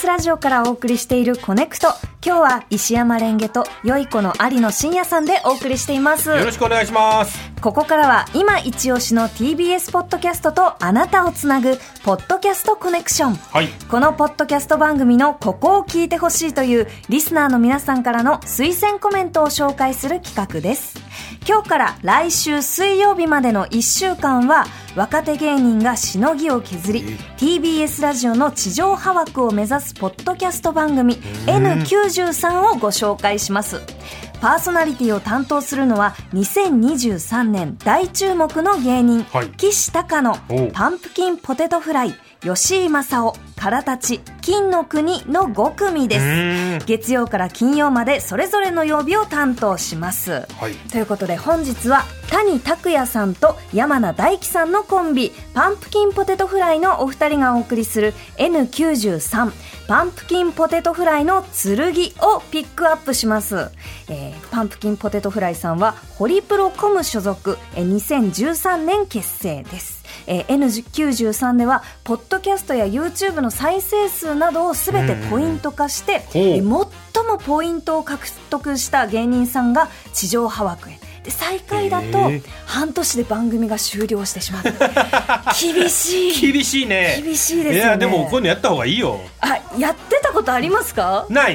TBS ラジオからお送りしているコネクト。今日は石山レンゲとよいこの有野真也さんでお送りしています。 よろしくお願いします。 ここからは今一押しの TBS ポッドキャストとあなたをつなぐポッドキャストコネクション、はい、このポッドキャスト番組のここを聞いてほしいというリスナーの皆さんからの推薦コメントを紹介する企画です。今日から来週水曜日までの1週間は若手芸人がしのぎを削り TBS ラジオの地上波枠を目指すポッドキャスト番組 N93 をご紹介します。パーソナリティを担当するのは2023年大注目の芸人、はい、岸高野、パンプキンポテトフライ、吉井正夫、からたち、金の国の5組です。月曜から金曜までそれぞれの曜日を担当します、はい、ということで本日は谷拓也さんと山名大輝さんのコンビパンプキンポテトフライのお二人がお送りする N93 パンプキンポテトフライの剣をピックアップします。パンプキンポテトフライさんはホリプロコム所属、2013年結成です。N93 ではポッドキャストや YouTube の再生数などをすべてポイント化して、最もポイントを獲得した芸人さんが地上波枠へ。で最下位だと半年で番組が終了してしまう。厳しい。厳しいね。厳しいですよね。いやでもこういうのやった方がいいよ。 やってたことありますか？ ない。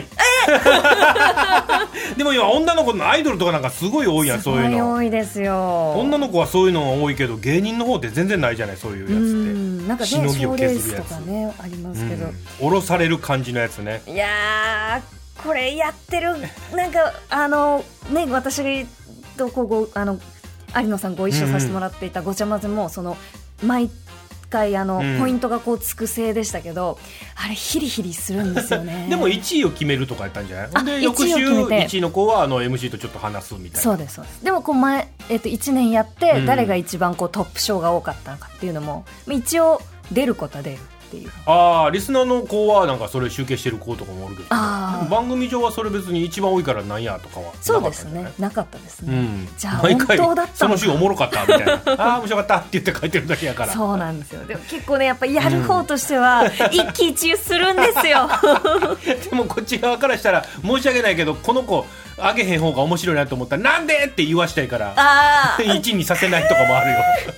でも今女の子のアイドルとかなんかすごい多いやん。そういうのすごい多いですよ。 女の子はそういうのが多いけど芸人の方って全然ないじゃない。そういうやつってなんかね、 しのぎを削るやつとかねありますけど、 降ろされる感じのやつね。 いやーこれやってるなんかね私と有野さんご一緒させてもらっていたごちゃ混ぜもその毎回ポイントがこうつくせいでしたけど、あれヒリヒリするんですよね。 でも1位を決めるとかやったんじゃない？で翌週1位の子はMC とちょっと話すみたいな。 そうですそうです。でもこう1年やって誰が一番こうトップ賞が多かったのかっていうのも、一応出ることは出るっていう。 リスナーの子はなんかそれ集計してる子とかもおるけど、番組上はそれ別に一番多いからなんやとかはなかったんじゃない？そうですね、なかったですね、じゃあ本当だったその週おもろかったみたいな面白かったって言って書いてるだけやから。 そうなんですよ。でも結構ねやっぱやる方としては一喜一憂するんですよ。 でもこっち側からしたら申し訳ないけどこの子あげへん方が面白いなと思ったらなんでって言わしたいから1位にさせないとかもあるよ。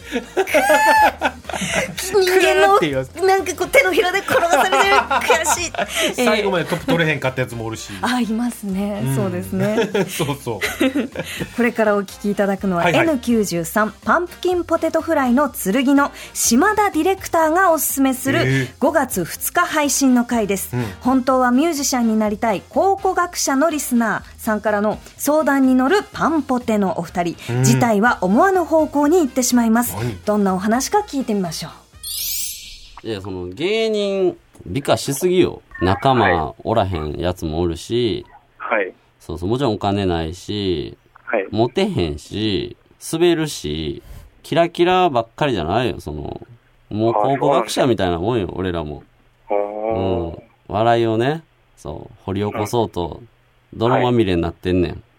人間のなんかこう手のひらで転がされてる悔しい。 最後までトップ取れへんかったやつもおるし。 いますね、そうですね。 そうそう。 これからお聞きいただくのは、N93 パンプキンポテトフライの剣の島田ディレクターがおすすめする5月2日配信の回です、本当はミュージシャンになりたい考古学者のリスナーさんからの相談に乗るパンポテのお二人、事態は思わぬ方向に行ってしまいます。どんなお話か聞いてみましょう。 いやその芸人美化しすぎよ。仲間おらへんやつもおるし、そうもちろんお金ないし、モテへんし滑るしキラキラばっかりじゃないよ。もう考古学者みたいなもんよ俺らも。笑いをね掘り起こそうと泥まみれになってんねん。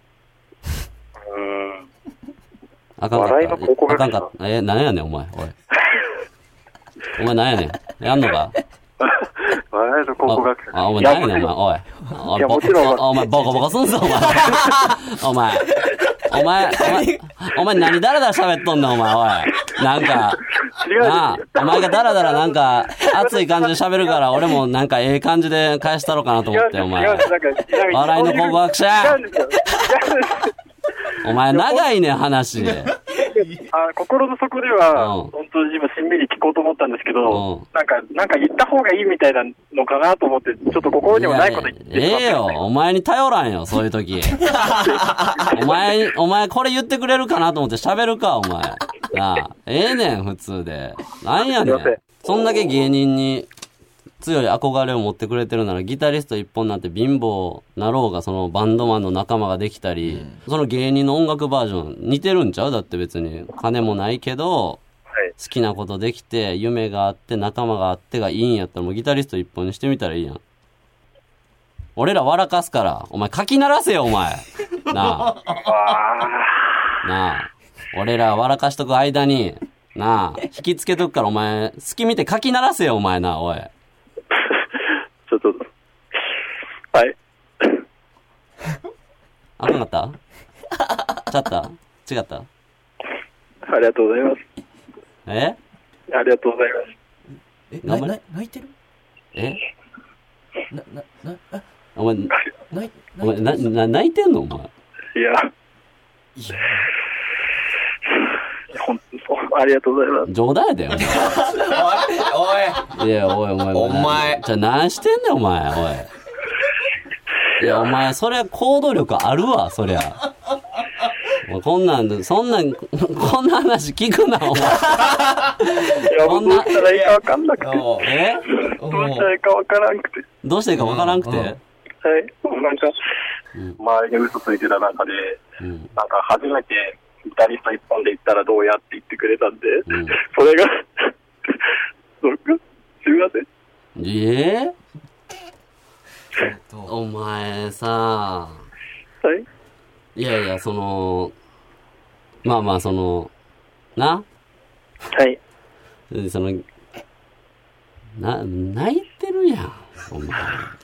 あかんかったあかんかった。何やねんお前。お前何やねんやんのか。 笑いの考古学者。 お前何やねんお前。お前ボコボコすんぞお前。お前何ダラダラ喋っとんねんお前。おいなんかお前がダラダラなんか熱い感じで喋るから俺もなんかええ感じで返したろかなと思って。お前笑いの考古学者。お前長いね話。 心の底では本当に今しんみり聞こうと思ったんですけど、なんか言った方がいいみたいなのかなと思ってちょっと心にもないこと言ってしまった。 よお前に頼らんよそういう時。お前これ言ってくれるかなと思って喋るかお前ねん普通で。なんやねん。そんだけ芸人に強い憧れを持ってくれてるならギタリスト一本なんて貧乏なろうがそのバンドマンの仲間ができたり、その芸人の音楽バージョン似てるんちゃう？だって別に金もないけど、好きなことできて夢があって仲間があってがいいんやったらもうギタリスト一本にしてみたらいいやん。俺ら笑かすからお前書き鳴らせよお前。なあ俺ら笑かしとく間に引きつけとくからお前隙見て書き鳴らせよお前な。おいちょっとはい。 あかんかったちゃった違った。 ありがとうございます。ありがとうございます。 泣いてる？ お前泣いてんのお前。 いや本当ありがとうございます。 冗談やでよ。おい。いやお前。じゃあ何してんねんお前。おい。いやお前そりゃ行動力あるわそりゃ。こんな話聞くなお前。いやどうしたらいいか分かんなくて。どうしたらいいか分からんくて。 どうしていいか分からんくて。 はい。なんか周りに嘘ついてた中で、なんか初めてギタリスト一本で行ったらどうやって言ってくれたんで、それがそうかすみません。 お前さ、 はい。 いやまあな。 はい。 泣いてるやんお前。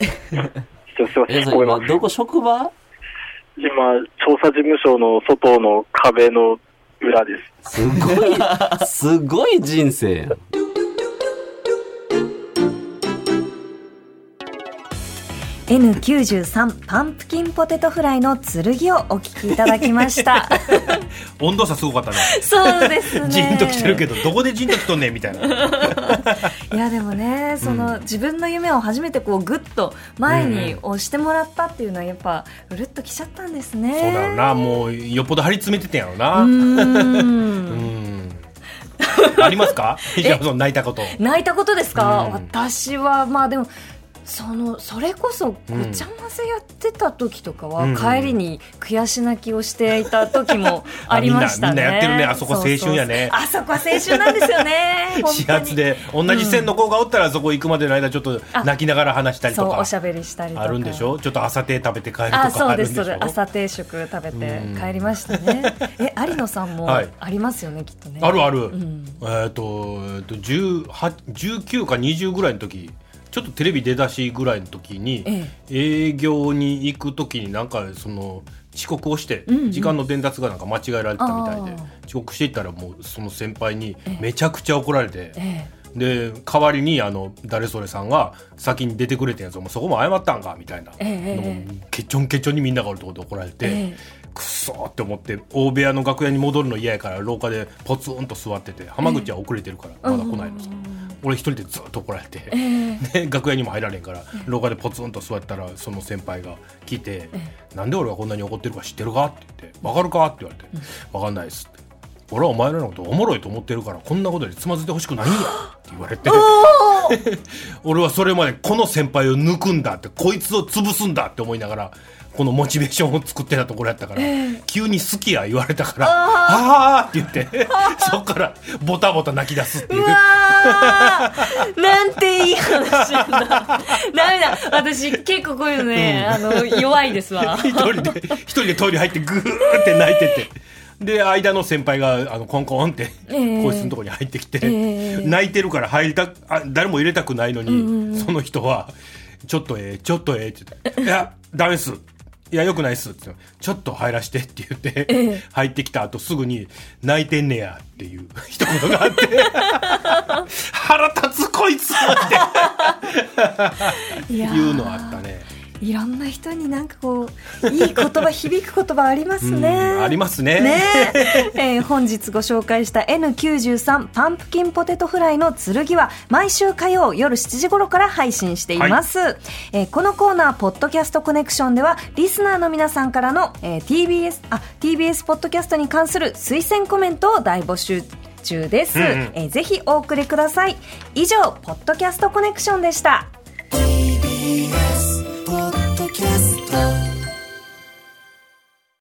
今どこ職場？ 今調査事務所の外の壁の裏です。 すごい人生やん。 N93 パンプキンポテトフライの剣をお聞きいただきました。 温度差すごかったね。 そうですね。 ジンときてるけどどこでジンときとんねんみたいな。 いやでもね自分の夢を初めてこうグッと前に押してもらったっていうのはやっぱうるっときちゃったんですね。 そうだろうな。もうよっぽど張り詰めててんやろうな。ありますか？泣いたこと。 泣いたことですか？私はまあでもそれこそごちゃ混ぜやってた時とかは、帰りに悔し泣きをしていた時もありましたね。 みんなやってるね。あそこ青春やね。 あそこは青春なんですよね。 始発で同じ線の子がおったらそこ行くまでの間ちょっと泣きながら話したりとか、 そうおしゃべりしたりとかあるんでしょ。ちょっと朝定食べて帰るとかあるんでしょ。 そうですそうです。朝定食食べて帰りましたね。有野さんもありますよね、きっとね。 あるある。19か20ぐらいの時、ちょっとテレビ出だしぐらいの時に、営業に行く時になんか遅刻をして、時間の伝達がなんか間違えられてたみたいで、遅刻していったらもうその先輩にめちゃくちゃ怒られて、で代わりに誰それさんが先に出てくれてんやつ、もうそこも謝ったんかみたいな、ケチョンケチョンにみんながおるところで怒られて、くそーって思って大部屋の楽屋に戻るの嫌やから廊下でポツンと座ってて、浜口は遅れてるからまだ来ないのさ、俺一人でずっと怒られて、で楽屋にも入られんから廊下でポツンと座ったら、その先輩が来て、なんで俺がこんなに怒ってるか知ってるかって言って、分かるかって言われて、分かんないですって、俺はお前らのことおもろいと思ってるからこんなことでつまずいてほしくないんやって言われて俺はそれまでこの先輩を抜くんだって、こいつを潰すんだって思いながらこのモチベーションを作ってたところやったから、急に好きや言われたからあーって言ってそっからボタボタ泣き出すっていう。 なんていい話なんだ。ダメだ、私結構こういうのね、弱いですわ。 一人でトイレ入ってグーって泣いてて、で間の先輩がコンコンって、個室のところに入ってきて、泣いてるから誰も入れたくないのに、その人はちょっとって言って、いやダメっす、いやよくないっすってちょっと入らしてって言って、入ってきた後すぐに泣いてんねやっていう一言があって腹立つこいつっていうのあったね。 いろんな人になんかこういい言葉響く言葉ありますね。 ありますね。 本日ご紹介した N93 パンプキンポテトフライの剣は毎週火曜夜7時頃から配信しています、このコーナーポッドキャストコネクションではリスナーの皆さんからの、TBS ポッドキャストに関する推薦コメントを大募集中です、ぜひお送りください。以上ポッドキャストコネクションでした。TBS